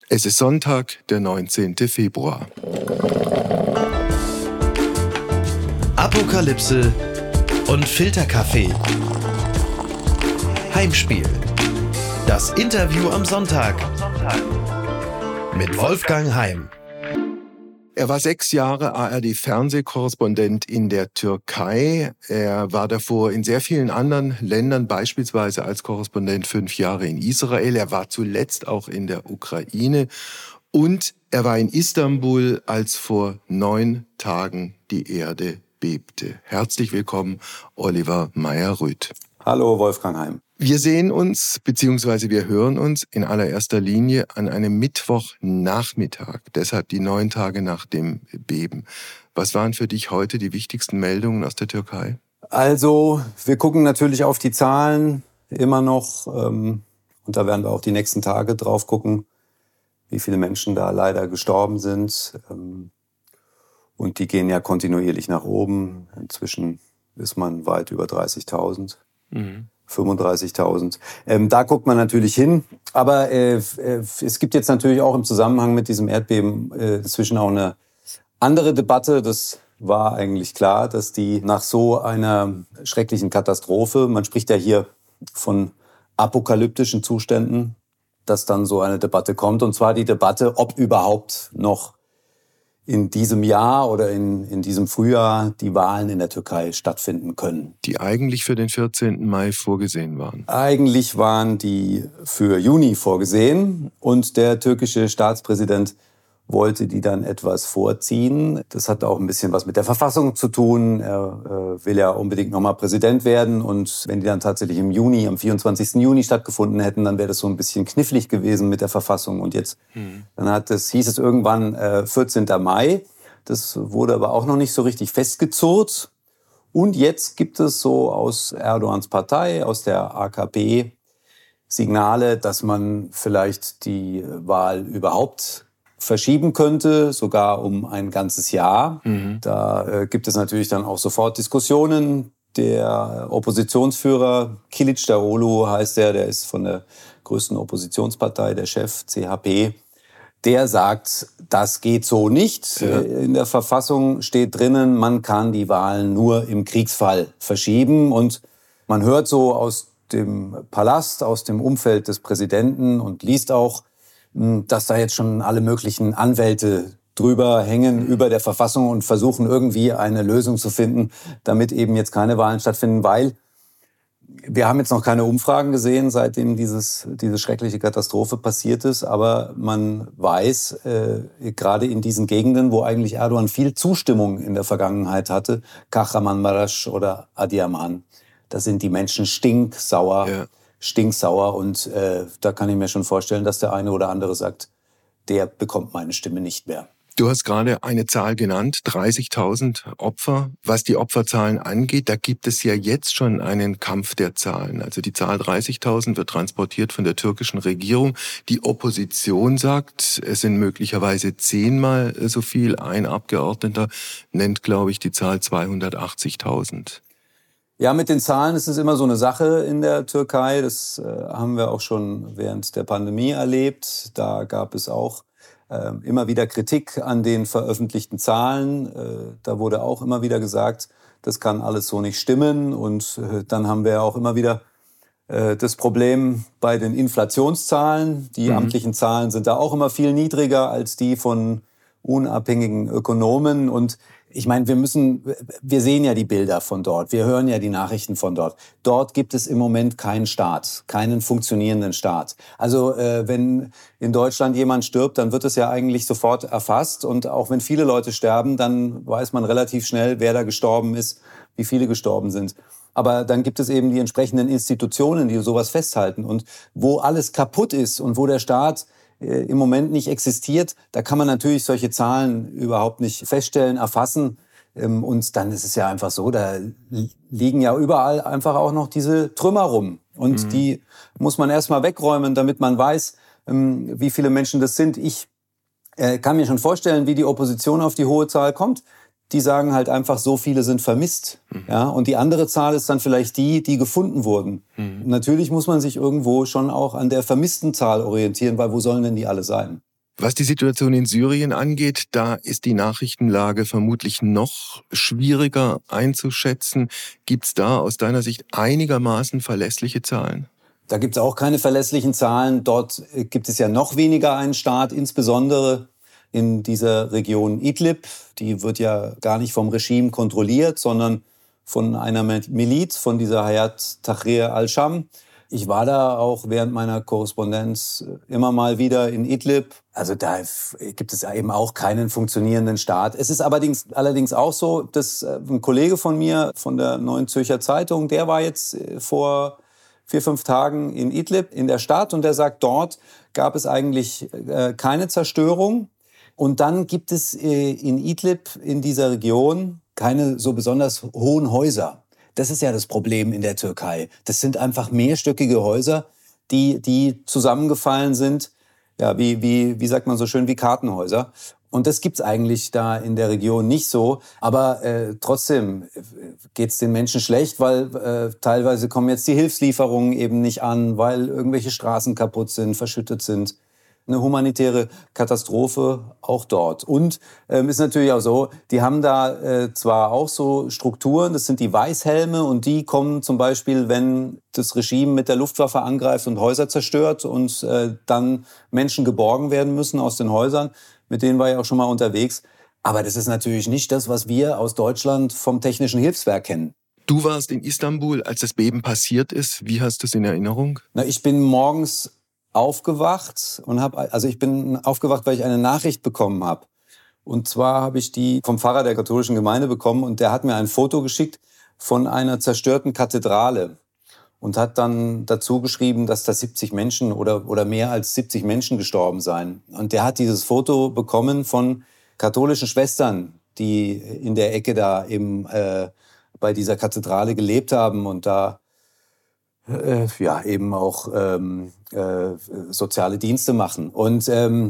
Es ist Sonntag, der 19. Februar. Apokalypse und Filterkaffee. Heimspiel. Das Interview am Sonntag mit Wolfgang Heim. Er war 6 Jahre ARD-Fernsehkorrespondent in der Türkei. Er war davor in sehr vielen anderen Ländern, beispielsweise als Korrespondent 5 Jahre in Israel. Er war zuletzt auch in der Ukraine. Und er war in Istanbul, als vor 9 Tagen die Erde bebte. Herzlich willkommen, Oliver Meyer-Rüth. Hallo, Wolfgang Heim. Wir sehen uns, beziehungsweise wir hören uns in allererster Linie an einem Mittwochnachmittag, deshalb die 9 Tage nach dem Beben. Was waren für dich heute die wichtigsten Meldungen aus der Türkei? Also, wir gucken natürlich auf die Zahlen immer noch und da werden wir auch die nächsten Tage drauf gucken, wie viele Menschen da leider gestorben sind. Und die gehen ja kontinuierlich nach oben. Inzwischen ist man weit über 30.000. 35.000. Da guckt man natürlich hin. Aber es gibt jetzt natürlich auch im Zusammenhang mit diesem Erdbeben inzwischen auch eine andere Debatte. Das war eigentlich klar, dass die nach so einer schrecklichen Katastrophe, man spricht ja hier von apokalyptischen Zuständen, dass dann so eine Debatte kommt. Und zwar die Debatte, ob überhaupt noch in diesem Jahr oder in diesem Frühjahr die Wahlen in der Türkei stattfinden können. Die eigentlich für den 14. Mai vorgesehen waren. Eigentlich waren die für Juni vorgesehen und der türkische Staatspräsident wollte die dann etwas vorziehen. Das hat auch ein bisschen was mit der Verfassung zu tun. Er will ja unbedingt nochmal Präsident werden und wenn die dann tatsächlich im Juni, am 24. Juni stattgefunden hätten, dann wäre das so ein bisschen knifflig gewesen mit der Verfassung. Und jetzt dann hieß es irgendwann 14. Mai. Das wurde aber auch noch nicht so richtig festgezurrt. Und jetzt gibt es so aus Erdogans Partei, aus der AKP, Signale, dass man vielleicht die Wahl überhaupt verschieben könnte, sogar um ein ganzes Jahr. Da gibt es natürlich dann auch sofort Diskussionen. Der Oppositionsführer Kılıçdaroğlu heißt der ist von der größten Oppositionspartei, der Chef CHP. Der sagt, das geht so nicht. Ja. In der Verfassung steht drinnen, man kann die Wahlen nur im Kriegsfall verschieben. Und man hört so aus dem Palast, aus dem Umfeld des Präsidenten und liest auch, dass da jetzt schon alle möglichen Anwälte drüber hängen, über der Verfassung und versuchen irgendwie eine Lösung zu finden, damit eben jetzt keine Wahlen stattfinden, weil wir haben jetzt noch keine Umfragen gesehen, seitdem diese schreckliche Katastrophe passiert ist, aber man weiß, gerade in diesen Gegenden, wo eigentlich Erdogan viel Zustimmung in der Vergangenheit hatte, Kahramanmaraş oder Adıyaman, da sind die Menschen stinksauer. Ja. Stinksauer und da kann ich mir schon vorstellen, dass der eine oder andere sagt, der bekommt meine Stimme nicht mehr. Du hast gerade eine Zahl genannt, 30.000 Opfer. Was die Opferzahlen angeht, da gibt es ja jetzt schon einen Kampf der Zahlen. Also die Zahl 30.000 wird transportiert von der türkischen Regierung. Die Opposition sagt, es sind möglicherweise 10-mal so viel. Ein Abgeordneter nennt, glaube ich, die Zahl 280.000. Ja, mit den Zahlen ist es immer so eine Sache in der Türkei. Das haben wir auch schon während der Pandemie erlebt. Da gab es auch immer wieder Kritik an den veröffentlichten Zahlen. Da wurde auch immer wieder gesagt, das kann alles so nicht stimmen. Und dann haben wir auch immer wieder das Problem bei den Inflationszahlen. Die amtlichen Zahlen sind da auch immer viel niedriger als die von unabhängigen Ökonomen. Und ich meine, wir sehen ja die Bilder von dort, wir hören ja die Nachrichten von dort. Dort gibt es im Moment keinen Staat, keinen funktionierenden Staat. Also wenn in Deutschland jemand stirbt, dann wird es ja eigentlich sofort erfasst. Und auch wenn viele Leute sterben, dann weiß man relativ schnell, wer da gestorben ist, wie viele gestorben sind. Aber dann gibt es eben die entsprechenden Institutionen, die sowas festhalten. Und wo alles kaputt ist und wo der Staat im Moment nicht existiert, da kann man natürlich solche Zahlen überhaupt nicht feststellen, erfassen. Und dann ist es ja einfach so, da liegen ja überall einfach auch noch diese Trümmer rum. Und die muss man erstmal wegräumen, damit man weiß, wie viele Menschen das sind. Ich kann mir schon vorstellen, wie die Opposition auf die hohe Zahl kommt. Die sagen halt einfach, so viele sind vermisst. Ja? Und die andere Zahl ist dann vielleicht die gefunden wurden. Natürlich muss man sich irgendwo schon auch an der vermissten Zahl orientieren, weil wo sollen denn die alle sein? Was die Situation in Syrien angeht, da ist die Nachrichtenlage vermutlich noch schwieriger einzuschätzen. Gibt es da aus deiner Sicht einigermaßen verlässliche Zahlen? Da gibt es auch keine verlässlichen Zahlen. Dort gibt es ja noch weniger einen Staat, insbesondere in dieser Region Idlib. Die wird ja gar nicht vom Regime kontrolliert, sondern von einer Miliz, von dieser Hayat Tahrir al-Sham. Ich war da auch während meiner Korrespondenz immer mal wieder in Idlib. Also da gibt es eben auch keinen funktionierenden Staat. Es ist allerdings auch so, dass ein Kollege von mir von der Neuen Zürcher Zeitung, der war jetzt vor 4-5 Tagen in Idlib in der Stadt und der sagt, dort gab es eigentlich keine Zerstörung. Und dann gibt es in Idlib, in dieser Region, keine so besonders hohen Häuser. Das ist ja das Problem in der Türkei. Das sind einfach mehrstöckige Häuser, die zusammengefallen sind, ja, wie sagt man so schön, wie Kartenhäuser. Und das gibt's eigentlich da in der Region nicht so. Aber trotzdem geht's den Menschen schlecht, weil teilweise kommen jetzt die Hilfslieferungen eben nicht an, weil irgendwelche Straßen kaputt sind, verschüttet sind. Eine humanitäre Katastrophe auch dort. Und ist natürlich auch so, die haben da zwar auch so Strukturen, das sind die Weißhelme und die kommen zum Beispiel, wenn das Regime mit der Luftwaffe angreift und Häuser zerstört und dann Menschen geborgen werden müssen aus den Häusern. Mit denen war ich auch schon mal unterwegs. Aber das ist natürlich nicht das, was wir aus Deutschland vom Technischen Hilfswerk kennen. Du warst in Istanbul, als das Beben passiert ist. Wie hast du es in Erinnerung? Ich bin morgens aufgewacht und ich bin aufgewacht, weil ich eine Nachricht bekommen habe. Und zwar habe ich die vom Pfarrer der katholischen Gemeinde bekommen und der hat mir ein Foto geschickt von einer zerstörten Kathedrale und hat dann dazu geschrieben, dass da 70 Menschen oder mehr als 70 Menschen gestorben seien. Und der hat dieses Foto bekommen von katholischen Schwestern, die in der Ecke da eben bei dieser Kathedrale gelebt haben und da eben auch soziale Dienste machen. Und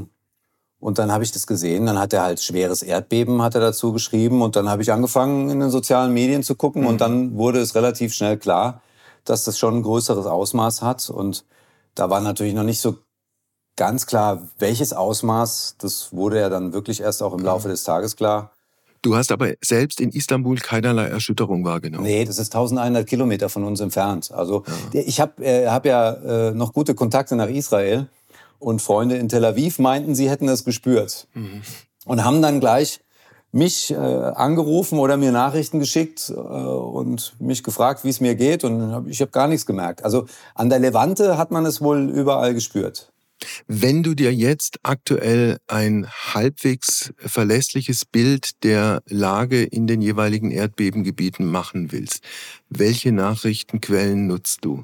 dann habe ich das gesehen, dann hat er halt schweres Erdbeben, hat er dazu geschrieben. Und dann habe ich angefangen, in den sozialen Medien zu gucken. Und dann wurde es relativ schnell klar, dass das schon ein größeres Ausmaß hat. Und da war natürlich noch nicht so ganz klar, welches Ausmaß. Das wurde ja dann wirklich erst auch im Laufe des Tages klar. Du hast aber selbst in Istanbul keinerlei Erschütterung wahrgenommen. Nee, das ist 1100 Kilometer von uns entfernt. Also ich hab ja noch gute Kontakte nach Israel und Freunde in Tel Aviv meinten, sie hätten das gespürt. Und haben dann gleich mich angerufen oder mir Nachrichten geschickt und mich gefragt, wie es mir geht. Und ich habe gar nichts gemerkt. Also an der Levante hat man es wohl überall gespürt. Wenn du dir jetzt aktuell ein halbwegs verlässliches Bild der Lage in den jeweiligen Erdbebengebieten machen willst, welche Nachrichtenquellen nutzt du?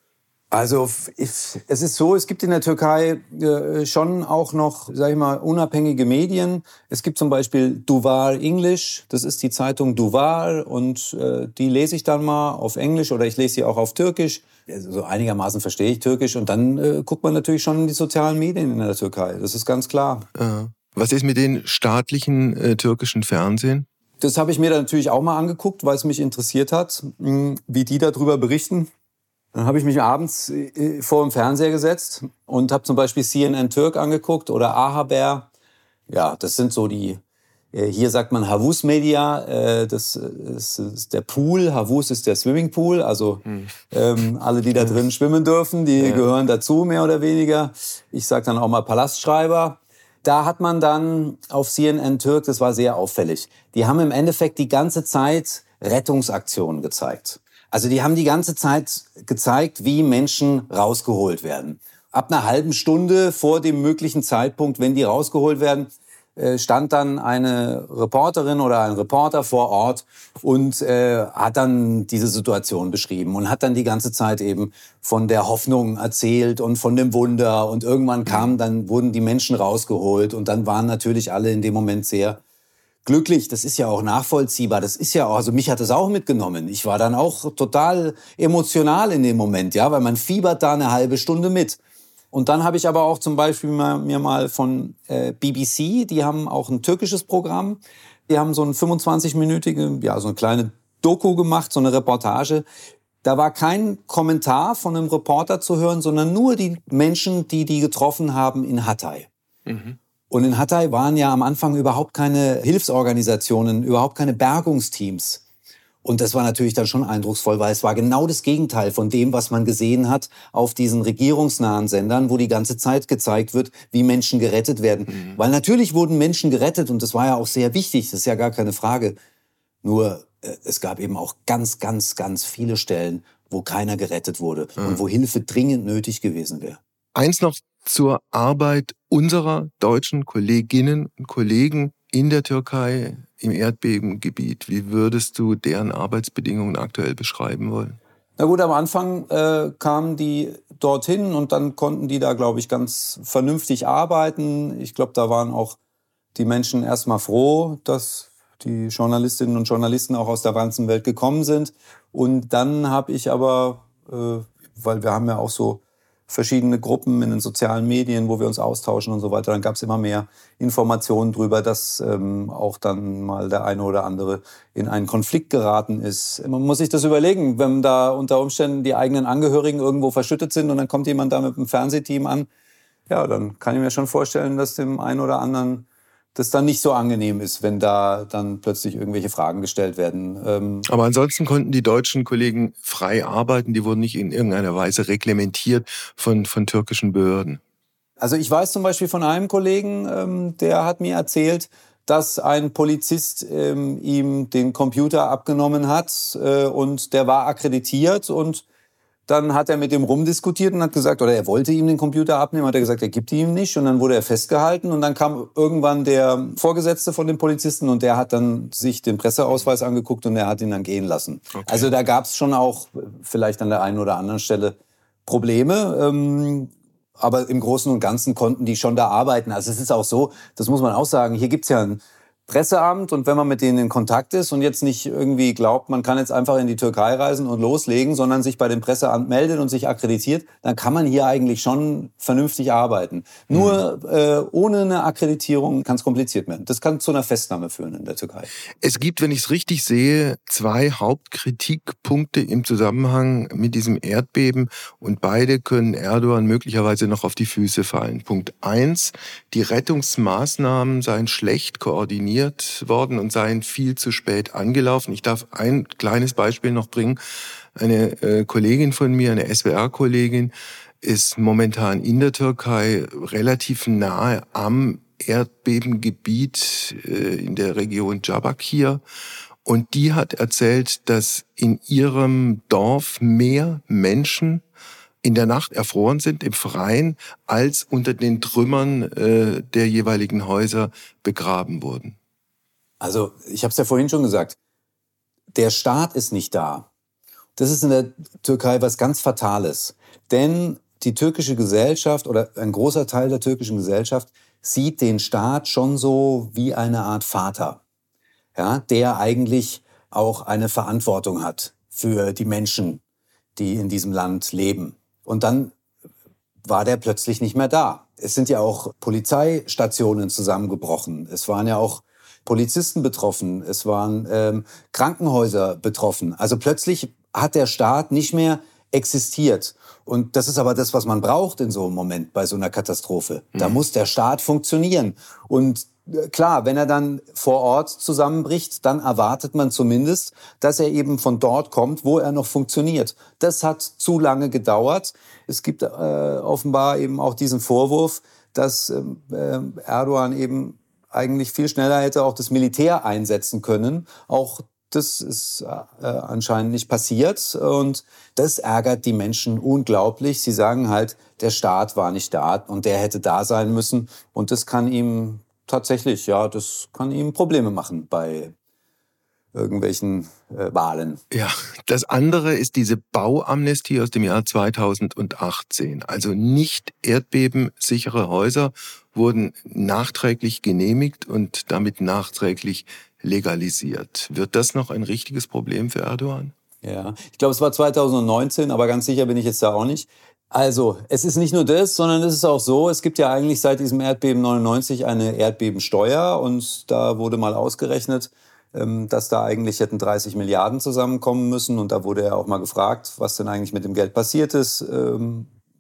Also es ist so, es gibt in der Türkei schon auch noch, sag ich mal, unabhängige Medien. Es gibt zum Beispiel Duvar English, das ist die Zeitung Duvar und die lese ich dann mal auf Englisch oder ich lese sie auch auf Türkisch. So einigermaßen verstehe ich Türkisch und dann guckt man natürlich schon in die sozialen Medien in der Türkei, das ist ganz klar. Was ist mit den staatlichen türkischen Fernsehen? Das habe ich mir dann natürlich auch mal angeguckt, weil es mich interessiert hat, wie die darüber berichten. Dann habe ich mich abends vor dem Fernseher gesetzt und habe zum Beispiel CNN Türk angeguckt oder A Haber. Ja, das sind so die, hier sagt man Havuz Media, das ist der Pool, Havuz ist der Swimmingpool, also alle, die da drin schwimmen dürfen, die gehören dazu, mehr oder weniger. Ich sage dann auch mal Palastschreiber. Da hat man dann auf CNN Türk, das war sehr auffällig, die haben im Endeffekt die ganze Zeit Rettungsaktionen gezeigt. Also die haben die ganze Zeit gezeigt, wie Menschen rausgeholt werden. Ab einer halben Stunde vor dem möglichen Zeitpunkt, wenn die rausgeholt werden, stand dann eine Reporterin oder ein Reporter vor Ort und hat dann diese Situation beschrieben und hat dann die ganze Zeit eben von der Hoffnung erzählt und von dem Wunder. Und irgendwann wurden die Menschen rausgeholt und dann waren natürlich alle in dem Moment sehr glücklich, das ist ja auch nachvollziehbar, das ist ja auch, also mich hat das auch mitgenommen. Ich war dann auch total emotional in dem Moment, ja, weil man fiebert da eine halbe Stunde mit. Und dann habe ich aber auch zum Beispiel mir mal von BBC, die haben auch ein türkisches Programm, die haben so ein 25-minütige, ja, so eine kleine Doku gemacht, so eine Reportage. Da war kein Kommentar von einem Reporter zu hören, sondern nur die Menschen, die getroffen haben in Hatay. Und in Hatay waren ja am Anfang überhaupt keine Hilfsorganisationen, überhaupt keine Bergungsteams. Und das war natürlich dann schon eindrucksvoll, weil es war genau das Gegenteil von dem, was man gesehen hat auf diesen regierungsnahen Sendern, wo die ganze Zeit gezeigt wird, wie Menschen gerettet werden. Weil natürlich wurden Menschen gerettet und das war ja auch sehr wichtig, das ist ja gar keine Frage. Nur es gab eben auch ganz, ganz, ganz viele Stellen, wo keiner gerettet wurde und wo Hilfe dringend nötig gewesen wäre. Eins noch zur Arbeit unserer deutschen Kolleginnen und Kollegen in der Türkei im Erdbebengebiet. Wie würdest du deren Arbeitsbedingungen aktuell beschreiben wollen? Na gut, am Anfang kamen die dorthin und dann konnten die da, glaube ich, ganz vernünftig arbeiten. Ich glaube, da waren auch die Menschen erstmal froh, dass die Journalistinnen und Journalisten auch aus der ganzen Welt gekommen sind. Und dann habe ich aber, weil wir haben ja auch so verschiedene Gruppen in den sozialen Medien, wo wir uns austauschen und so weiter. Dann gab es immer mehr Informationen darüber, dass auch dann mal der eine oder andere in einen Konflikt geraten ist. Man muss sich das überlegen, wenn da unter Umständen die eigenen Angehörigen irgendwo verschüttet sind und dann kommt jemand da mit einem Fernsehteam an. Ja, dann kann ich mir schon vorstellen, dass dem einen oder anderen das dann nicht so angenehm ist, wenn da dann plötzlich irgendwelche Fragen gestellt werden. Aber ansonsten konnten die deutschen Kollegen frei arbeiten, die wurden nicht in irgendeiner Weise reglementiert von türkischen Behörden. Also ich weiß zum Beispiel von einem Kollegen, der hat mir erzählt, dass ein Polizist ihm den Computer abgenommen hat und der war akkreditiert und dann hat er mit dem rumdiskutiert und hat gesagt, oder er wollte ihm den Computer abnehmen, hat er gesagt, er gibt ihn ihm nicht und dann wurde er festgehalten und dann kam irgendwann der Vorgesetzte von dem Polizisten und der hat dann sich den Presseausweis angeguckt und er hat ihn dann gehen lassen. Okay. Also da gab es schon auch vielleicht an der einen oder anderen Stelle Probleme, aber im Großen und Ganzen konnten die schon da arbeiten. Also es ist auch so, das muss man auch sagen, hier gibt's ja ein Presseamt und wenn man mit denen in Kontakt ist und jetzt nicht irgendwie glaubt, man kann jetzt einfach in die Türkei reisen und loslegen, sondern sich bei dem Presseamt meldet und sich akkreditiert, dann kann man hier eigentlich schon vernünftig arbeiten. Nur ohne eine Akkreditierung kann es kompliziert werden. Das kann zu einer Festnahme führen in der Türkei. Es gibt, wenn ich es richtig sehe, 2 Hauptkritikpunkte im Zusammenhang mit diesem Erdbeben und beide können Erdogan möglicherweise noch auf die Füße fallen. Punkt 1, die Rettungsmaßnahmen seien schlecht koordiniert worden und seien viel zu spät angelaufen. Ich darf ein kleines Beispiel noch bringen. Eine Kollegin von mir, eine SWR-Kollegin, ist momentan in der Türkei relativ nahe am Erdbebengebiet in der Region Diyarbakir. Und die hat erzählt, dass in ihrem Dorf mehr Menschen in der Nacht erfroren sind im Freien, als unter den Trümmern der jeweiligen Häuser begraben wurden. Also, ich habe es ja vorhin schon gesagt, der Staat ist nicht da. Das ist in der Türkei was ganz Fatales. Denn die türkische Gesellschaft oder ein großer Teil der türkischen Gesellschaft sieht den Staat schon so wie eine Art Vater, ja, der eigentlich auch eine Verantwortung hat für die Menschen, die in diesem Land leben. Und dann war der plötzlich nicht mehr da. Es sind ja auch Polizeistationen zusammengebrochen. Es waren ja auch Polizisten betroffen. Es waren Krankenhäuser betroffen. Also plötzlich hat der Staat nicht mehr existiert. Und das ist aber das, was man braucht in so einem Moment bei so einer Katastrophe. Da muss der Staat funktionieren. Und klar, wenn er dann vor Ort zusammenbricht, dann erwartet man zumindest, dass er eben von dort kommt, wo er noch funktioniert. Das hat zu lange gedauert. Es gibt offenbar eben auch diesen Vorwurf, dass Erdogan eben eigentlich viel schneller hätte auch das Militär einsetzen können. Auch das ist anscheinend nicht passiert und das ärgert die Menschen unglaublich. Sie sagen halt, der Staat war nicht da und der hätte da sein müssen und das kann ihm tatsächlich, ja, das kann ihm Probleme machen bei irgendwelchen Wahlen. Ja, das andere ist diese Bauamnestie aus dem Jahr 2018. Also nicht erdbebensichere Häuser wurden nachträglich genehmigt und damit nachträglich legalisiert. Wird das noch ein richtiges Problem für Erdogan? Ja, ich glaube, es war 2019, aber ganz sicher bin ich jetzt da auch nicht. Also, es ist nicht nur das, sondern es ist auch so, es gibt ja eigentlich seit diesem Erdbeben 99 eine Erdbebensteuer und da wurde mal ausgerechnet, dass da eigentlich hätten 30 Milliarden zusammenkommen müssen und da wurde ja auch mal gefragt, was denn eigentlich mit dem Geld passiert ist.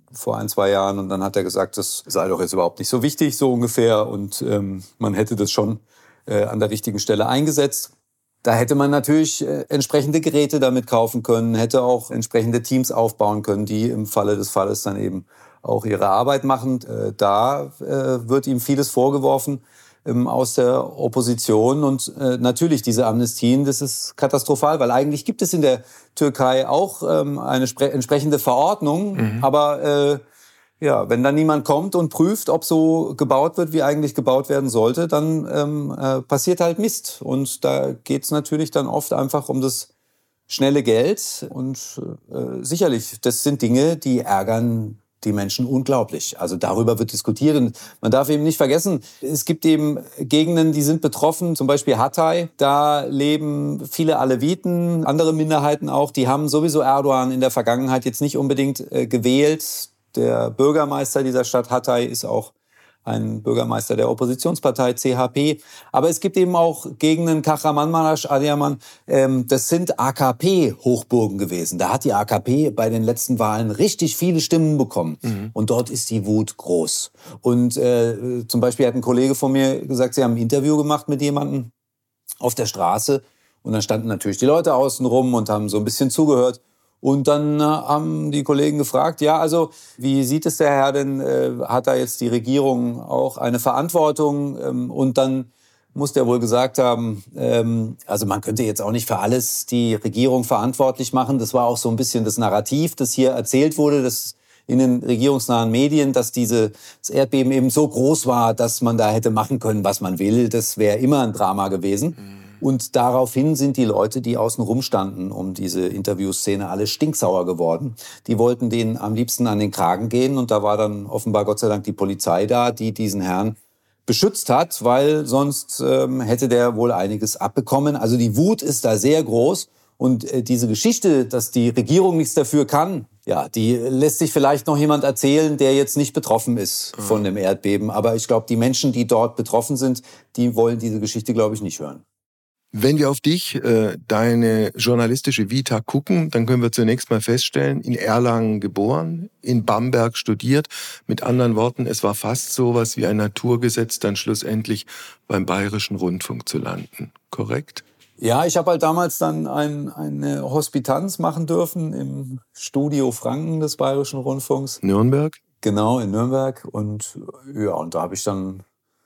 vor 1-2 Jahren. Und dann hat er gesagt, das sei doch jetzt überhaupt nicht so wichtig, so ungefähr. Und man hätte das schon an der richtigen Stelle eingesetzt. Da hätte man natürlich entsprechende Geräte damit kaufen können, hätte auch entsprechende Teams aufbauen können, die im Falle des Falles dann eben auch ihre Arbeit machen. Da wird ihm vieles vorgeworfen aus der Opposition. Und natürlich diese Amnestien, das ist katastrophal, weil eigentlich gibt es in der Türkei auch eine entsprechende Verordnung. Aber wenn dann niemand kommt und prüft, ob so gebaut wird, wie eigentlich gebaut werden sollte, dann passiert halt Mist. Und da geht es natürlich dann oft einfach um das schnelle Geld. Und sicherlich, das sind Dinge, die ärgern die Menschen unglaublich. Also darüber wird diskutiert. Und man darf eben nicht vergessen, es gibt eben Gegenden, die sind betroffen, zum Beispiel Hatay. Da leben viele Aleviten, andere Minderheiten auch. Die haben sowieso Erdogan in der Vergangenheit jetzt nicht unbedingt gewählt. Der Bürgermeister dieser Stadt Hatay ist auch ein Bürgermeister der Oppositionspartei CHP. Aber es gibt eben auch Gegenden, Kahramanmaraş, Adıyaman, das sind AKP-Hochburgen gewesen. Da hat die AKP bei den letzten Wahlen richtig viele Stimmen bekommen. Und dort ist die Wut groß. Und zum Beispiel hat ein Kollege von mir gesagt, sie haben ein Interview gemacht mit jemandem auf der Straße. Und dann standen natürlich die Leute außen rum und haben so ein bisschen zugehört. Und dann haben die Kollegen gefragt, ja, also wie sieht es der Herr denn, hat da jetzt die Regierung auch eine Verantwortung? Und dann muss der wohl gesagt haben, also man könnte jetzt auch nicht für alles die Regierung verantwortlich machen. Das war auch so ein bisschen das Narrativ, das hier erzählt wurde, das in den regierungsnahen Medien, dass das Erdbeben eben so groß war, dass man da hätte machen können, was man will. Das wäre immer ein Drama gewesen. Und daraufhin sind die Leute, die außen rum standen um diese Interviewszene, alle stinksauer geworden. Die wollten denen am liebsten an den Kragen gehen. Und da war dann offenbar Gott sei Dank die Polizei da, die diesen Herrn beschützt hat, weil sonst hätte der wohl einiges abbekommen. Also die Wut ist da sehr groß. Und diese Geschichte, dass die Regierung nichts dafür kann, ja, die lässt sich vielleicht noch jemand erzählen, der jetzt nicht betroffen ist von dem Erdbeben. Aber ich glaube, die Menschen, die dort betroffen sind, die wollen diese Geschichte, glaube ich, nicht hören. Wenn wir auf dich, deine journalistische Vita gucken, dann können wir zunächst mal feststellen, in Erlangen geboren, in Bamberg studiert. Mit anderen Worten, es war fast sowas wie ein Naturgesetz, dann schlussendlich beim Bayerischen Rundfunk zu landen. Korrekt? Ja, ich habe halt damals dann eine Hospitanz machen dürfen im Studio Franken des Bayerischen Rundfunks. Nürnberg? Genau, in Nürnberg. Und ja, und da habe ich dann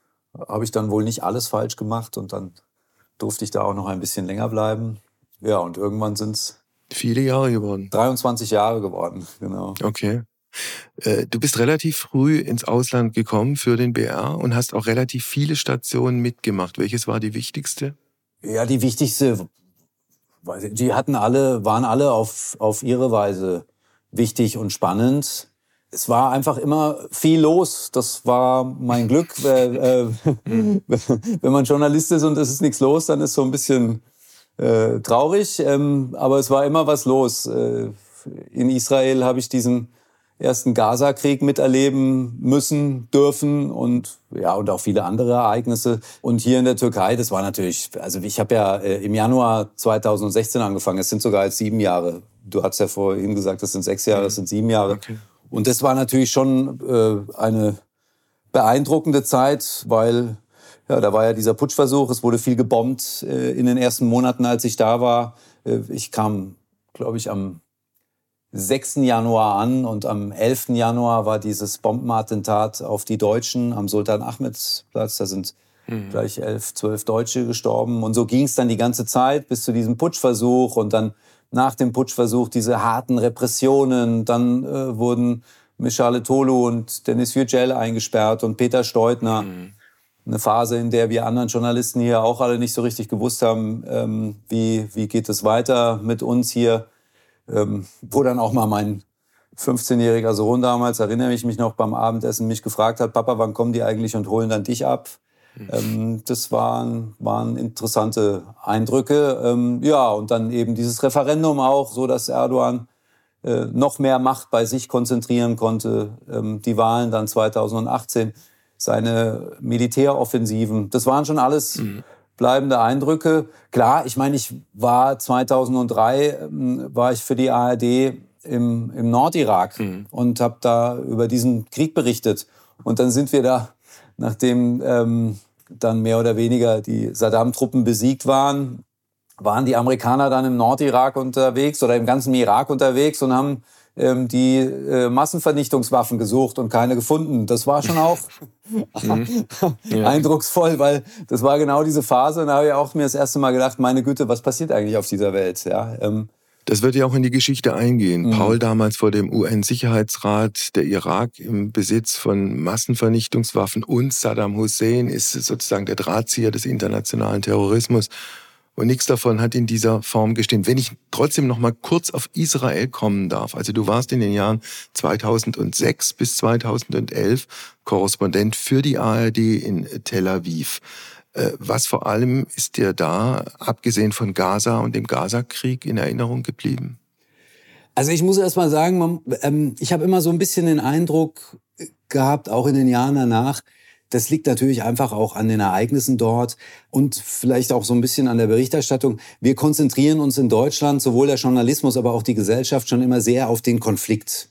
wohl nicht alles falsch gemacht und dann durfte ich da auch noch ein bisschen länger bleiben. Ja, und irgendwann sind es viele Jahre geworden. 23 Jahre geworden, genau. Okay. Du bist relativ früh ins Ausland gekommen für den BR und hast auch relativ viele Stationen mitgemacht. Welches war die wichtigste? Ja, die wichtigste, die waren alle auf ihre Weise wichtig und spannend. Es war einfach immer viel los. Das war mein Glück. Wenn man Journalist ist und es ist nichts los, dann ist so ein bisschen traurig. Aber es war immer was los. In Israel habe ich diesen ersten Gaza-Krieg miterleben müssen, dürfen und auch viele andere Ereignisse. Und hier in der Türkei, das war natürlich, also ich habe ja im Januar 2016 angefangen. Es sind sogar jetzt 7 Jahre. Du hast ja vorhin gesagt, das sind 6 Jahre, das sind 7 Jahre. Okay. Und das war natürlich schon eine beeindruckende Zeit, weil da war ja dieser Putschversuch, es wurde viel gebombt in den ersten Monaten, als ich da war. Ich kam, glaube ich, am 6. Januar an und am 11. Januar war dieses Bombenattentat auf die Deutschen am Sultan-Ahmed-Platz. Da sind gleich 11, 12 Deutsche gestorben. Und so ging es dann die ganze Zeit bis zu diesem Putschversuch und dann nach dem Putschversuch diese harten Repressionen. Dann wurden Michale Tolu und Deniz Yücel eingesperrt und Peter Steutner. Eine Phase, in der wir anderen Journalisten hier auch alle nicht so richtig gewusst haben, wie geht es weiter mit uns hier. Wo dann auch mal mein 15-jähriger Sohn damals, erinnere ich mich noch, beim Abendessen mich gefragt hat, Papa, wann kommen die eigentlich und holen dann dich ab? Das waren interessante Eindrücke. Und dann eben dieses Referendum auch, so dass Erdogan noch mehr Macht bei sich konzentrieren konnte. Die Wahlen dann 2018, seine Militäroffensiven, das waren schon alles bleibende Eindrücke. Klar, ich meine, ich war 2003 war ich für die ARD im Nordirak und habe da über diesen Krieg berichtet. Und dann sind wir da, nachdem dann mehr oder weniger die Saddam-Truppen besiegt waren die Amerikaner dann im Nordirak unterwegs oder im ganzen Irak unterwegs und haben die Massenvernichtungswaffen gesucht und keine gefunden. Das war schon auch eindrucksvoll, weil das war genau diese Phase. Und da habe ich auch mir das erste Mal gedacht, meine Güte, was passiert eigentlich auf dieser Welt? Ja, das wird ja auch in die Geschichte eingehen. Paul damals vor dem UN-Sicherheitsrat, der Irak im Besitz von Massenvernichtungswaffen und Saddam Hussein ist sozusagen der Drahtzieher des internationalen Terrorismus. Und nichts davon hat in dieser Form gestimmt. Wenn ich trotzdem noch mal kurz auf Israel kommen darf. Also du warst in den Jahren 2006 bis 2011 Korrespondent für die ARD in Tel Aviv. Was vor allem ist dir da, abgesehen von Gaza und dem Gaza-Krieg, in Erinnerung geblieben? Also ich muss erst mal sagen, ich habe immer so ein bisschen den Eindruck gehabt, auch in den Jahren danach, das liegt natürlich einfach auch an den Ereignissen dort und vielleicht auch so ein bisschen an der Berichterstattung. Wir konzentrieren uns in Deutschland, sowohl der Journalismus, aber auch die Gesellschaft, schon immer sehr auf den Konflikt.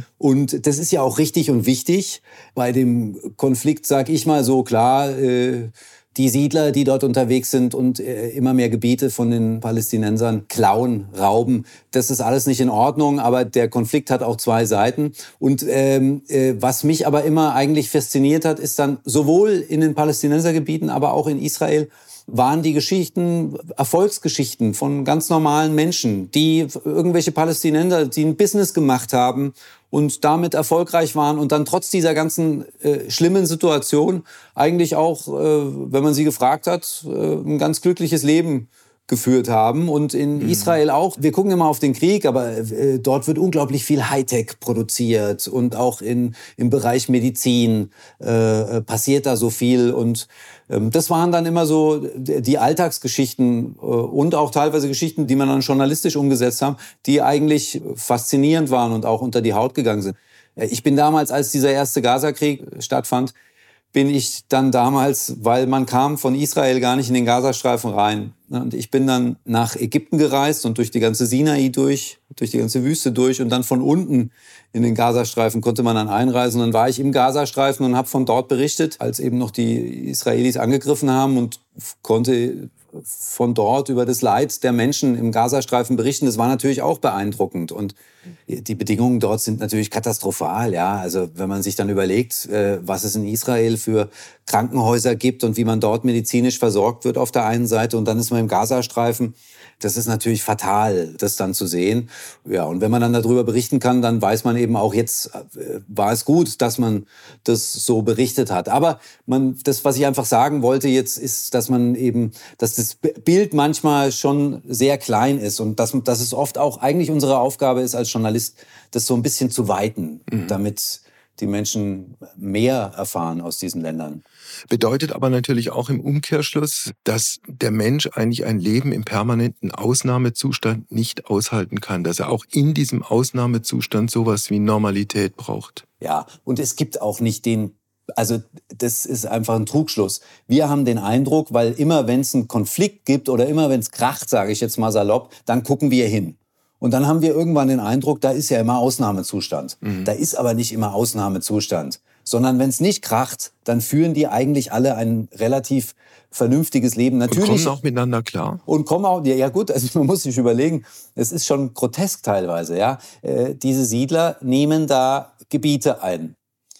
Und das ist ja auch richtig und wichtig. Bei dem Konflikt, sag ich mal so, klar, die Siedler, die dort unterwegs sind und immer mehr Gebiete von den Palästinensern klauen, rauben, das ist alles nicht in Ordnung, aber der Konflikt hat auch zwei Seiten. Und was mich aber immer eigentlich fasziniert hat, ist dann sowohl in den Palästinensergebieten, aber auch in Israel, waren die Geschichten, Erfolgsgeschichten von ganz normalen Menschen, die irgendwelche Palästinenser, die ein Business gemacht haben und damit erfolgreich waren und dann trotz dieser ganzen schlimmen Situation eigentlich auch, wenn man sie gefragt hat, ein ganz glückliches Leben geführt haben. Und in Israel auch. Wir gucken immer auf den Krieg, aber dort wird unglaublich viel Hightech produziert und auch im Bereich Medizin passiert da so viel. Und das waren dann immer so die Alltagsgeschichten und auch teilweise Geschichten, die man dann journalistisch umgesetzt haben, die eigentlich faszinierend waren und auch unter die Haut gegangen sind. Ich bin damals, als dieser erste Gaza-Krieg stattfand, bin ich dann damals, weil man kam von Israel gar nicht in den Gazastreifen rein. Und ich bin dann nach Ägypten gereist und durch die ganze Sinai durch die ganze Wüste durch und dann von unten in den Gazastreifen konnte man dann einreisen. Und dann war ich im Gazastreifen und habe von dort berichtet, als eben noch die Israelis angegriffen haben und konnte von dort über das Leid der Menschen im Gazastreifen berichten. Das war natürlich auch beeindruckend. Und die Bedingungen dort sind natürlich katastrophal. Ja, also wenn man sich dann überlegt, was es in Israel für Krankenhäuser gibt und wie man dort medizinisch versorgt wird auf der einen Seite und dann ist man im Gazastreifen. Das ist natürlich fatal, das dann zu sehen. Ja, und wenn man dann darüber berichten kann, dann weiß man eben auch, jetzt war es gut, dass man das so berichtet hat. Aber das, was ich einfach sagen wollte jetzt, ist, dass das Bild manchmal schon sehr klein ist und dass es oft auch eigentlich unsere Aufgabe ist als Journalist, das so ein bisschen zu weiten, damit die Menschen mehr erfahren aus diesen Ländern. Bedeutet aber natürlich auch im Umkehrschluss, dass der Mensch eigentlich ein Leben im permanenten Ausnahmezustand nicht aushalten kann, dass er auch in diesem Ausnahmezustand sowas wie Normalität braucht. Ja, und es gibt auch nicht also das ist einfach ein Trugschluss. Wir haben den Eindruck, weil immer wenn es einen Konflikt gibt oder immer wenn es kracht, sage ich jetzt mal salopp, dann gucken wir hin. Und dann haben wir irgendwann den Eindruck, da ist ja immer Ausnahmezustand. Da ist aber nicht immer Ausnahmezustand. Sondern wenn es nicht kracht, dann führen die eigentlich alle ein relativ vernünftiges Leben. Natürlich, und kommen auch miteinander klar. Und kommen auch, ja gut, also man muss sich überlegen, es ist schon grotesk teilweise. Ja, diese Siedler nehmen da Gebiete ein.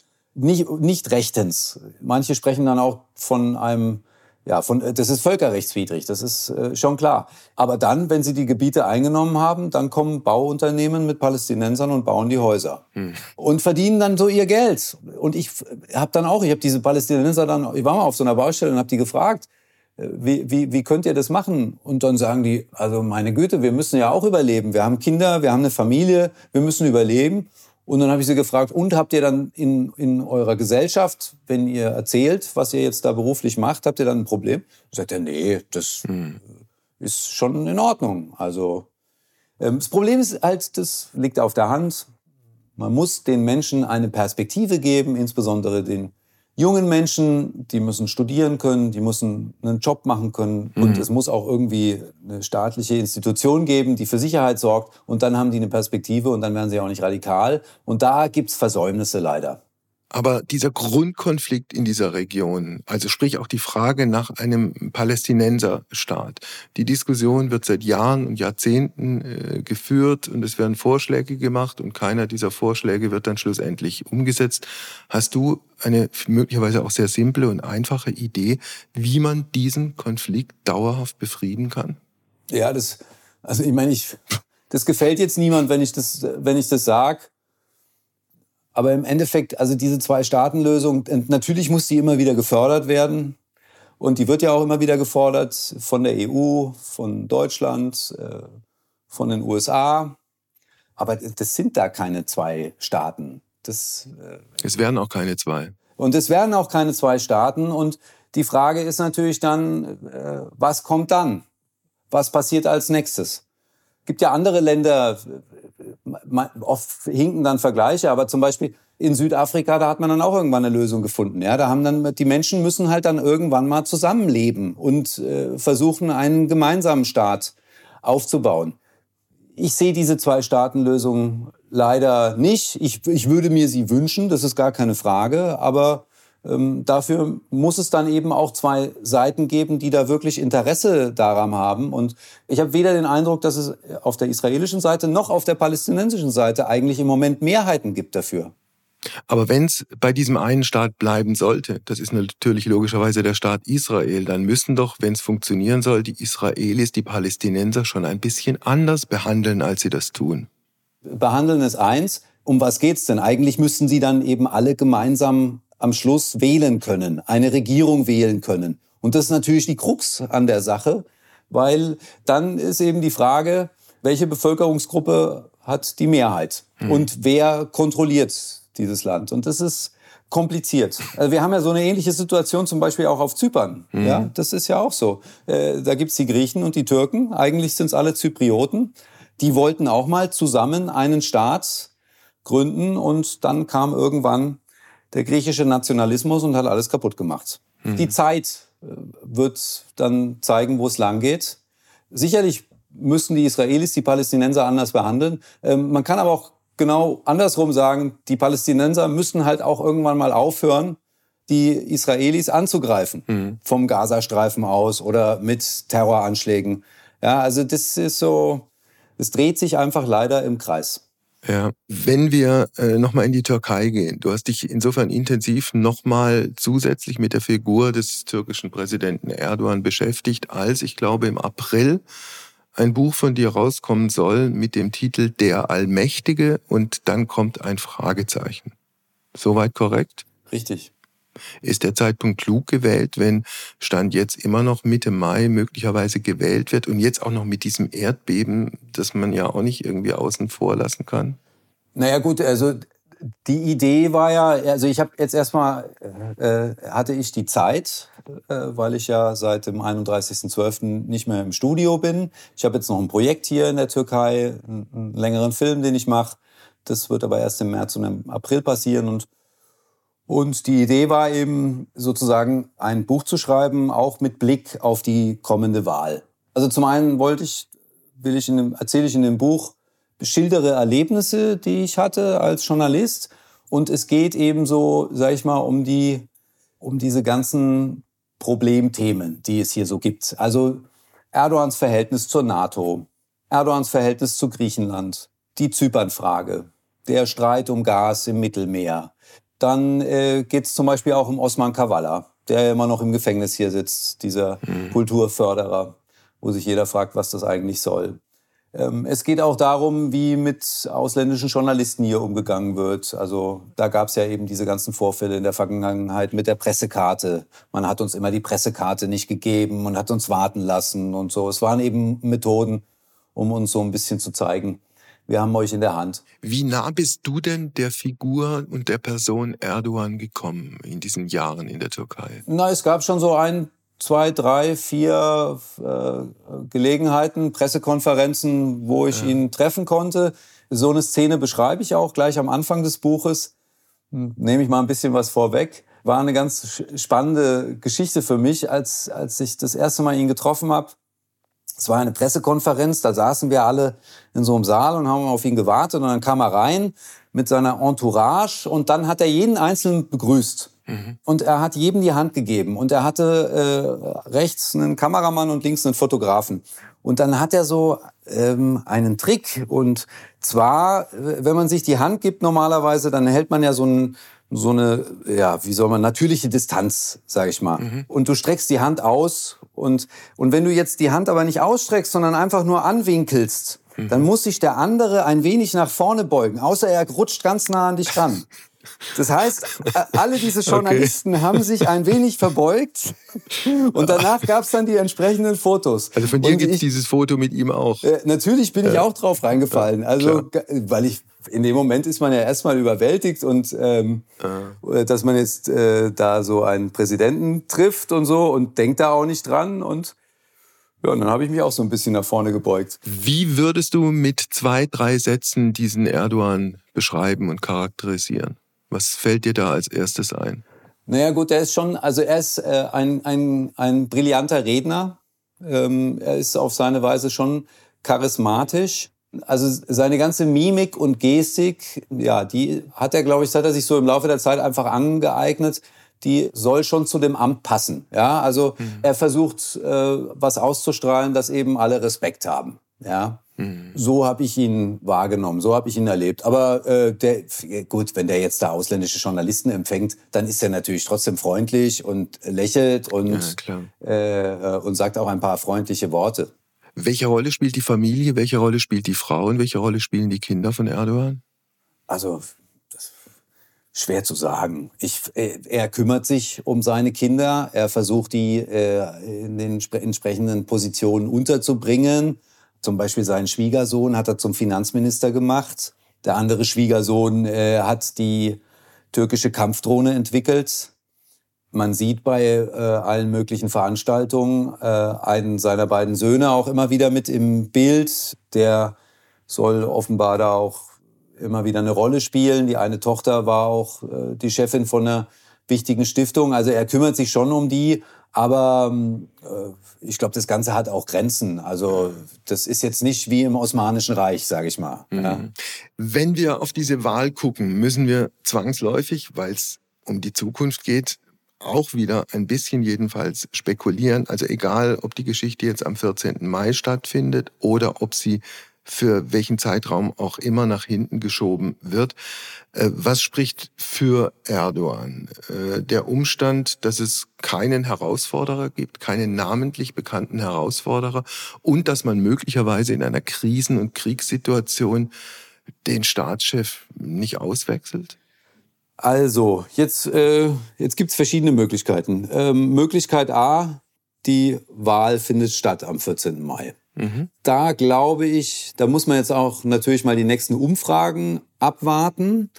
Nicht rechtens. Manche sprechen dann auch von einem... Ja, das ist völkerrechtswidrig, das ist schon klar. Aber dann, wenn sie die Gebiete eingenommen haben, dann kommen Bauunternehmen mit Palästinensern und bauen die Häuser. Und verdienen dann so ihr Geld. Und ich habe diese Palästinenser ich war mal auf so einer Baustelle und habe die gefragt, wie könnt ihr das machen? Und dann sagen die, also meine Güte, wir müssen ja auch überleben. Wir haben Kinder, wir haben eine Familie, wir müssen überleben. Und dann habe ich sie gefragt, und habt ihr dann in eurer Gesellschaft, wenn ihr erzählt, was ihr jetzt da beruflich macht, habt ihr dann ein Problem? Sagt er, nee, das ist schon in Ordnung. Also das Problem ist halt, das liegt auf der Hand. Man muss den Menschen eine Perspektive geben, insbesondere den jungen Menschen, die müssen studieren können, die müssen einen Job machen können und es muss auch irgendwie eine staatliche Institution geben, die für Sicherheit sorgt und dann haben die eine Perspektive und dann werden sie auch nicht radikal und da gibt's Versäumnisse leider. Aber dieser Grundkonflikt in dieser Region, also sprich auch die Frage nach einem Palästinenserstaat, die Diskussion wird seit Jahren und Jahrzehnten geführt und es werden Vorschläge gemacht und keiner dieser Vorschläge wird dann schlussendlich umgesetzt. Hast du eine möglicherweise auch sehr simple und einfache Idee, wie man diesen Konflikt dauerhaft befrieden kann? Ja, das gefällt jetzt niemand, wenn ich das sage. Aber im Endeffekt, also diese Zwei-Staaten-Lösung, natürlich muss die immer wieder gefördert werden. Und die wird ja auch immer wieder gefordert von der EU, von Deutschland, von den USA. Aber das sind da keine zwei Staaten. Es werden auch keine zwei. Und es werden auch keine zwei Staaten. Und die Frage ist natürlich dann, was kommt dann? Was passiert als nächstes? Es gibt ja andere Länder, oft hinken dann Vergleiche, aber zum Beispiel in Südafrika, da hat man dann auch irgendwann eine Lösung gefunden. Ja, da haben dann die Menschen müssen halt dann irgendwann mal zusammenleben und versuchen, einen gemeinsamen Staat aufzubauen. Ich sehe diese Zwei-Staaten-Lösung leider nicht. Ich würde mir sie wünschen, das ist gar keine Frage, aber dafür muss es dann eben auch zwei Seiten geben, die da wirklich Interesse daran haben. Und ich habe weder den Eindruck, dass es auf der israelischen Seite noch auf der palästinensischen Seite eigentlich im Moment Mehrheiten gibt dafür. Aber wenn es bei diesem einen Staat bleiben sollte, das ist natürlich logischerweise der Staat Israel, dann müssen doch, wenn es funktionieren soll, die Israelis die Palästinenser schon ein bisschen anders behandeln, als sie das tun. Behandeln ist eins. Um was geht's denn? Eigentlich müssten sie dann eben alle gemeinsam am Schluss wählen können, eine Regierung wählen können. Und das ist natürlich die Krux an der Sache, weil dann ist eben die Frage, welche Bevölkerungsgruppe hat die Mehrheit und wer kontrolliert dieses Land. Und das ist kompliziert. Also wir haben ja so eine ähnliche Situation zum Beispiel auch auf Zypern. Ja, das ist ja auch so. Da gibt's die Griechen und die Türken. Eigentlich sind's alle Zyprioten. Die wollten auch mal zusammen einen Staat gründen und dann kam irgendwann der griechische Nationalismus und hat alles kaputt gemacht. Die Zeit wird dann zeigen, wo es lang geht. Sicherlich müssen die Israelis die Palästinenser anders behandeln. Man kann aber auch genau andersrum sagen, die Palästinenser müssen halt auch irgendwann mal aufhören, die Israelis anzugreifen. Vom Gazastreifen aus oder mit Terroranschlägen. Ja, also das ist so, es dreht sich einfach leider im Kreis. Ja, wenn wir nochmal in die Türkei gehen, du hast dich insofern intensiv nochmal zusätzlich mit der Figur des türkischen Präsidenten Erdogan beschäftigt, als ich glaube im April ein Buch von dir rauskommen soll mit dem Titel Der Allmächtige und dann kommt ein Fragezeichen. Soweit korrekt? Richtig. Ist der Zeitpunkt klug gewählt, wenn Stand jetzt immer noch Mitte Mai möglicherweise gewählt wird und jetzt auch noch mit diesem Erdbeben, das man ja auch nicht irgendwie außen vor lassen kann? Naja gut, also die Idee war ja, also ich habe jetzt erstmal, hatte ich die Zeit, weil ich ja seit dem 31.12. nicht mehr im Studio bin. Ich habe jetzt noch ein Projekt hier in der Türkei, einen längeren Film, den ich mache. Das wird aber erst im März und im April passieren und die Idee war eben sozusagen ein Buch zu schreiben, auch mit Blick auf die kommende Wahl. Also zum einen erzähle ich in dem Buch, schildere Erlebnisse, die ich hatte als Journalist. Und es geht eben so, sag ich mal, um diese ganzen Problemthemen, die es hier so gibt. Also Erdogans Verhältnis zur NATO, Erdogans Verhältnis zu Griechenland, die Zypernfrage, der Streit um Gas im Mittelmeer. Dann geht es zum Beispiel auch um Osman Kavala, der immer noch im Gefängnis hier sitzt, dieser Kulturförderer, wo sich jeder fragt, was das eigentlich soll. Es geht auch darum, wie mit ausländischen Journalisten hier umgegangen wird. Also da gab es ja eben diese ganzen Vorfälle in der Vergangenheit mit der Pressekarte. Man hat uns immer die Pressekarte nicht gegeben und hat uns warten lassen und so. Es waren eben Methoden, um uns so ein bisschen zu zeigen, wir haben euch in der Hand. Wie nah bist du denn der Figur und der Person Erdogan gekommen in diesen Jahren in der Türkei? Na, es gab schon so 1, 2, 3, 4 Gelegenheiten, Pressekonferenzen, wo ich ihn treffen konnte. So eine Szene beschreibe ich auch gleich am Anfang des Buches. Nehme ich mal ein bisschen was vorweg. war eine ganz spannende Geschichte für mich, als ich das erste Mal ihn getroffen habe. Es war eine Pressekonferenz, da saßen wir alle in so einem Saal und haben auf ihn gewartet. Und dann kam er rein mit seiner Entourage und dann hat er jeden Einzelnen begrüßt. Und er hat jedem die Hand gegeben. Und er hatte rechts einen Kameramann und links einen Fotografen. Und dann hat er so einen Trick. Und zwar, wenn man sich die Hand gibt normalerweise, dann hält man ja so eine, ja, wie soll man, natürliche Distanz, sag ich mal. Und du streckst die Hand aus. Und wenn du jetzt die Hand aber nicht ausstreckst, sondern einfach nur anwinkelst, dann muss sich der andere ein wenig nach vorne beugen. Außer er rutscht ganz nah an dich ran. Das heißt, alle diese Journalisten haben sich ein wenig verbeugt und danach gab es dann die entsprechenden Fotos. Also von dir gibt es dieses Foto mit ihm auch? Natürlich bin ich auch drauf reingefallen. Also, weil in dem Moment ist man ja erstmal überwältigt und dass man jetzt da so einen Präsidenten trifft und so und denkt da auch nicht dran und ja, und dann habe ich mich auch so ein bisschen nach vorne gebeugt. Wie würdest du mit 2, 3 Sätzen diesen Erdogan beschreiben und charakterisieren? Was fällt dir da als erstes ein? Naja gut, er ist ein brillanter Redner. Er ist auf seine Weise schon charismatisch. Also seine ganze Mimik und Gestik, ja, die hat er, glaube ich, hat er sich so im Laufe der Zeit einfach angeeignet. Die soll schon zu dem Amt passen. Ja, also er versucht, was auszustrahlen, dass eben alle Respekt haben. Ja. So habe ich ihn wahrgenommen, so habe ich ihn erlebt. Aber gut, wenn der jetzt da ausländische Journalisten empfängt, dann ist er natürlich trotzdem freundlich und lächelt und sagt auch ein paar freundliche Worte. Welche Rolle spielt die Familie, welche Rolle spielt die Frau und welche Rolle spielen die Kinder von Erdogan? Also, schwer zu sagen. Er kümmert sich um seine Kinder, er versucht, die in den entsprechenden Positionen unterzubringen. Zum Beispiel seinen Schwiegersohn hat er zum Finanzminister gemacht. Der andere Schwiegersohn hat die türkische Kampfdrohne entwickelt. Man sieht bei allen möglichen Veranstaltungen einen seiner beiden Söhne auch immer wieder mit im Bild. Der soll offenbar da auch immer wieder eine Rolle spielen. Die eine Tochter war auch die Chefin von einer wichtigen Stiftung. Also er kümmert sich schon um die. Aber ich glaube, das Ganze hat auch Grenzen. Also das ist jetzt nicht wie im Osmanischen Reich, sage ich mal. Ja. Wenn wir auf diese Wahl gucken, müssen wir zwangsläufig, weil es um die Zukunft geht, auch wieder ein bisschen jedenfalls spekulieren. Also egal, ob die Geschichte jetzt am 14. Mai stattfindet oder ob sie für welchen Zeitraum auch immer nach hinten geschoben wird. Was spricht für Erdogan? Der Umstand, dass es keinen Herausforderer gibt, keinen namentlich bekannten Herausforderer und dass man möglicherweise in einer Krisen- und Kriegssituation den Staatschef nicht auswechselt? Also, jetzt gibt's verschiedene Möglichkeiten. Möglichkeit A, die Wahl findet statt am 14. Mai. Da glaube ich, da muss man jetzt auch natürlich mal die nächsten Umfragen abwarten.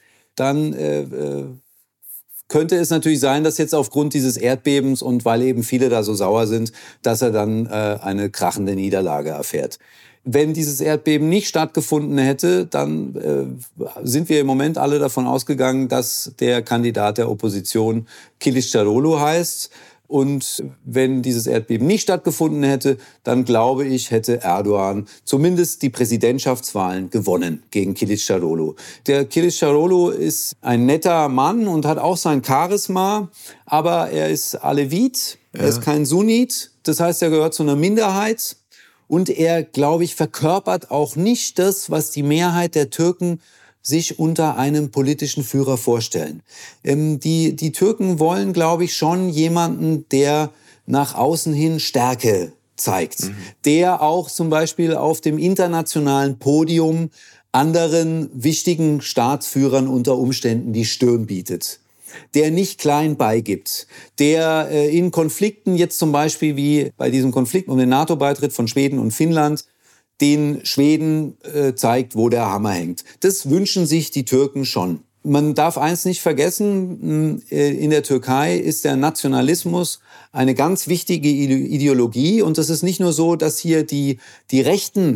Dann könnte es natürlich sein, dass jetzt aufgrund dieses Erdbebens und weil eben viele da so sauer sind, dass er dann eine krachende Niederlage erfährt. Wenn dieses Erdbeben nicht stattgefunden hätte, dann sind wir im Moment alle davon ausgegangen, dass der Kandidat der Opposition Kılıçdaroğlu heißt. Und wenn dieses Erdbeben nicht stattgefunden hätte, dann glaube ich, hätte Erdogan zumindest die Präsidentschaftswahlen gewonnen gegen Kılıçdaroğlu. Der Kılıçdaroğlu ist ein netter Mann und hat auch sein Charisma, aber er ist Alevit, er ist kein Sunnit, das heißt, er gehört zu einer Minderheit und er, glaube ich, verkörpert auch nicht das, was die Mehrheit der Türken sich unter einem politischen Führer vorstellen. Die Türken wollen, glaube ich, schon jemanden, der nach außen hin Stärke zeigt. Der auch zum Beispiel auf dem internationalen Podium anderen wichtigen Staatsführern unter Umständen die Stirn bietet. Der nicht klein beigibt. Der in Konflikten, jetzt zum Beispiel wie bei diesem Konflikt um den NATO-Beitritt von Schweden und Finnland, den Schweden zeigt, wo der Hammer hängt. Das wünschen sich die Türken schon. Man darf eins nicht vergessen, in der Türkei ist der Nationalismus eine ganz wichtige Ideologie. Und das ist nicht nur so, dass hier die Rechten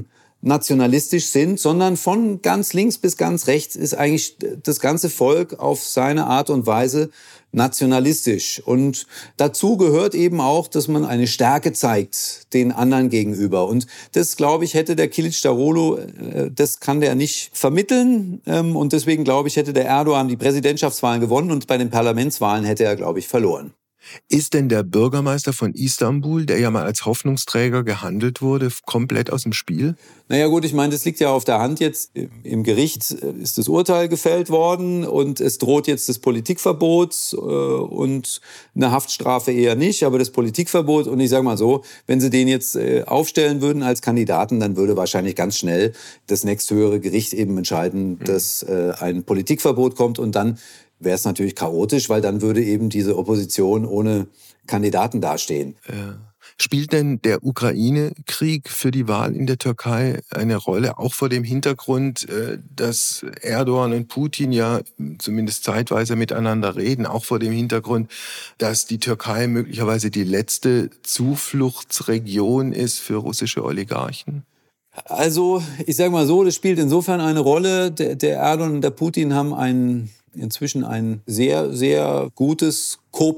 nationalistisch sind, sondern von ganz links bis ganz rechts ist eigentlich das ganze Volk auf seine Art und Weise nationalistisch. Und dazu gehört eben auch, dass man eine Stärke zeigt den anderen gegenüber. Und das, glaube ich, hätte der Kılıçdaroğlu, das kann der nicht vermitteln. Und deswegen, glaube ich, hätte der Erdoğan die Präsidentschaftswahlen gewonnen und bei den Parlamentswahlen hätte er, glaube ich, verloren. Ist denn der Bürgermeister von Istanbul, der ja mal als Hoffnungsträger gehandelt wurde, komplett aus dem Spiel? Naja gut, ich meine, das liegt ja auf der Hand jetzt. Im Gericht ist das Urteil gefällt worden und es droht jetzt das Politikverbot und eine Haftstrafe eher nicht, aber das Politikverbot. Und ich sage mal so, wenn sie den jetzt aufstellen würden als Kandidaten, dann würde wahrscheinlich ganz schnell das nächsthöhere Gericht eben entscheiden, dass ein Politikverbot kommt und dann wäre es natürlich chaotisch, weil dann würde eben diese Opposition ohne Kandidaten dastehen. Ja. Spielt denn der Ukraine-Krieg für die Wahl in der Türkei eine Rolle, auch vor dem Hintergrund, dass Erdoğan und Putin ja zumindest zeitweise miteinander reden, auch vor dem Hintergrund, dass die Türkei möglicherweise die letzte Zufluchtsregion ist für russische Oligarchen? Also, ich sage mal so, das spielt insofern eine Rolle. Der Erdoğan und der Putin haben inzwischen ein sehr, sehr gutes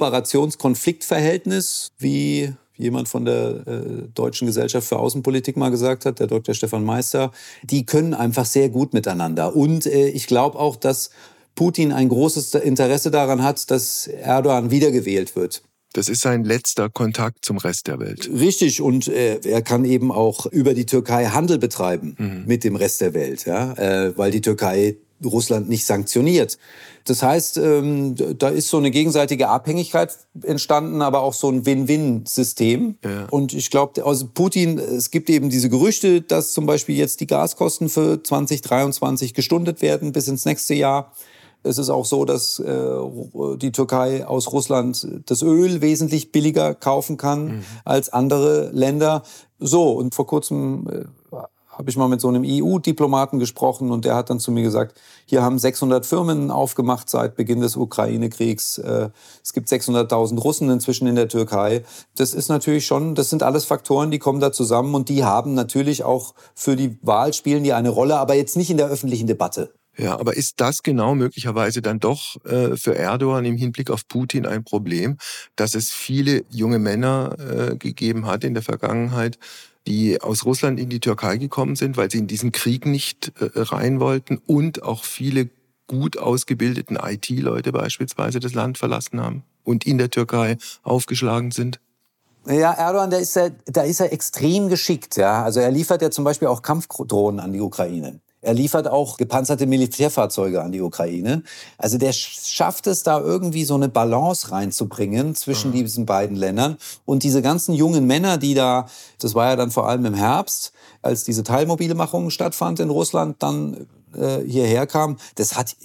Kooperationskonfliktverhältnis, wie jemand von der Deutschen Gesellschaft für Außenpolitik mal gesagt hat, der Dr. Stefan Meister. Die können einfach sehr gut miteinander. Und ich glaube auch, dass Putin ein großes Interesse daran hat, dass Erdoğan wiedergewählt wird. Das ist sein letzter Kontakt zum Rest der Welt. Richtig, und er kann eben auch über die Türkei Handel betreiben mit dem Rest der Welt, ja? Weil die Türkei Russland nicht sanktioniert. Das heißt, da ist so eine gegenseitige Abhängigkeit entstanden, aber auch so ein Win-Win-System. Ja. Und ich glaube, also Putin, es gibt eben diese Gerüchte, dass zum Beispiel jetzt die Gaskosten für 2023 gestundet werden bis ins nächste Jahr. Es ist auch so, dass die Türkei aus Russland das Öl wesentlich billiger kaufen kann als andere Länder. So, und vor kurzem habe ich mal mit so einem EU-Diplomaten gesprochen und der hat dann zu mir gesagt, hier haben 600 Firmen aufgemacht seit Beginn des Ukraine-Kriegs. Es gibt 600.000 Russen inzwischen in der Türkei. Das ist natürlich schon, das sind alles Faktoren, die kommen da zusammen und die haben natürlich auch für die Wahl spielen die eine Rolle, aber jetzt nicht in der öffentlichen Debatte. Ja, aber ist das genau möglicherweise dann doch für Erdoğan im Hinblick auf Putin ein Problem, dass es viele junge Männer gegeben hat in der Vergangenheit, die aus Russland in die Türkei gekommen sind, weil sie in diesen Krieg nicht rein wollten und auch viele gut ausgebildeten IT-Leute beispielsweise das Land verlassen haben und in der Türkei aufgeschlagen sind? Ja, Erdoğan, da ist er extrem geschickt. Ja? Also er liefert ja zum Beispiel auch Kampfdrohnen an die Ukraine. Er liefert auch gepanzerte Militärfahrzeuge an die Ukraine. Also der schafft es da irgendwie so eine Balance reinzubringen zwischen diesen beiden Ländern. Und diese ganzen jungen Männer, die da, das war ja dann vor allem im Herbst, als diese Teilmobilmachung stattfand in Russland, dann hierher kam, das hat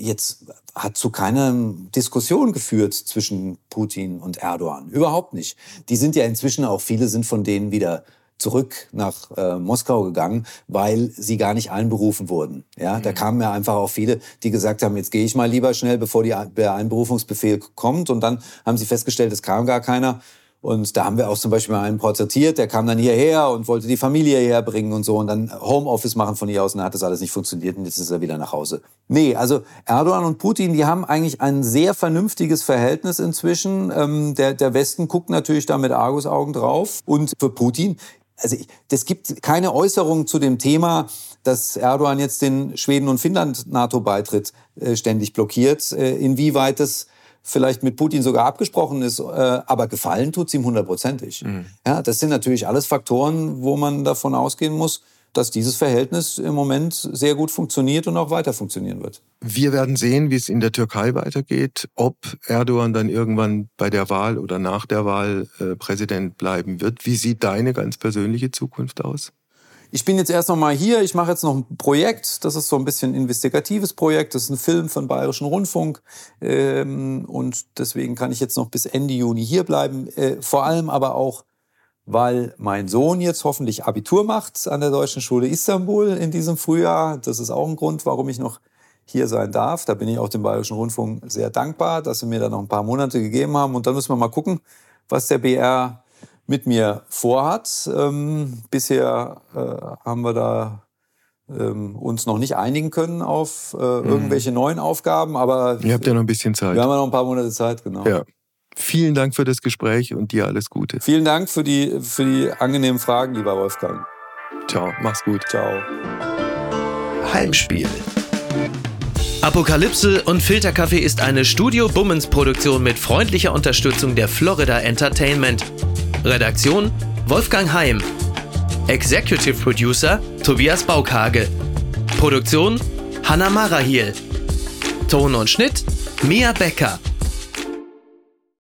zu keiner Diskussion geführt zwischen Putin und Erdoğan. Überhaupt nicht. Die sind ja inzwischen auch, viele sind von denen wieder zurück nach Moskau gegangen, weil sie gar nicht einberufen wurden. Ja, da kamen ja einfach auch viele, die gesagt haben, jetzt gehe ich mal lieber schnell, bevor der Einberufungsbefehl kommt. Und dann haben sie festgestellt, es kam gar keiner. Und da haben wir auch zum Beispiel mal einen porträtiert, der kam dann hierher und wollte die Familie herbringen und so und dann Homeoffice machen von hier aus und dann hat das alles nicht funktioniert und jetzt ist er wieder nach Hause. Nee, also Erdoğan und Putin, die haben eigentlich ein sehr vernünftiges Verhältnis inzwischen. Der Westen guckt natürlich da mit Argusaugen drauf und für Putin, also es gibt keine Äußerung zu dem Thema, dass Erdoğan jetzt den Schweden und Finnland NATO-Beitritt ständig blockiert. Inwieweit das vielleicht mit Putin sogar abgesprochen ist, aber gefallen tut's ihm 100%. Ja, das sind natürlich alles Faktoren, wo man davon ausgehen muss, dass dieses Verhältnis im Moment sehr gut funktioniert und auch weiter funktionieren wird. Wir werden sehen, wie es in der Türkei weitergeht, ob Erdoğan dann irgendwann bei der Wahl oder nach der Wahl Präsident bleiben wird. Wie sieht deine ganz persönliche Zukunft aus? Ich bin jetzt erst noch mal hier. Ich mache jetzt noch ein Projekt. Das ist so ein bisschen ein investigatives Projekt. Das ist ein Film von Bayerischen Rundfunk. Und deswegen kann ich jetzt noch bis Ende Juni hier bleiben. Vor allem aber auch, weil mein Sohn jetzt hoffentlich Abitur macht an der Deutschen Schule Istanbul in diesem Frühjahr. Das ist auch ein Grund, warum ich noch hier sein darf. Da bin ich auch dem Bayerischen Rundfunk sehr dankbar, dass sie mir da noch ein paar Monate gegeben haben. Und dann müssen wir mal gucken, was der BR mit mir vorhat. Bisher haben wir da uns noch nicht einigen können auf irgendwelche neuen Aufgaben. Aber ihr habt ja noch ein bisschen Zeit. Wir haben ja noch ein paar Monate Zeit, genau. Ja. Vielen Dank für das Gespräch und dir alles Gute. Vielen Dank für die angenehmen Fragen, lieber Wolfgang. Ciao, mach's gut. Ciao. Heimspiel. Apokalypse und Filterkaffee ist eine Studio Bummens Produktion mit freundlicher Unterstützung der Florida Entertainment. Redaktion Wolfgang Heim. Executive Producer Tobias Baukhage. Produktion Hanna Marahiel. Ton und Schnitt Mia Becker.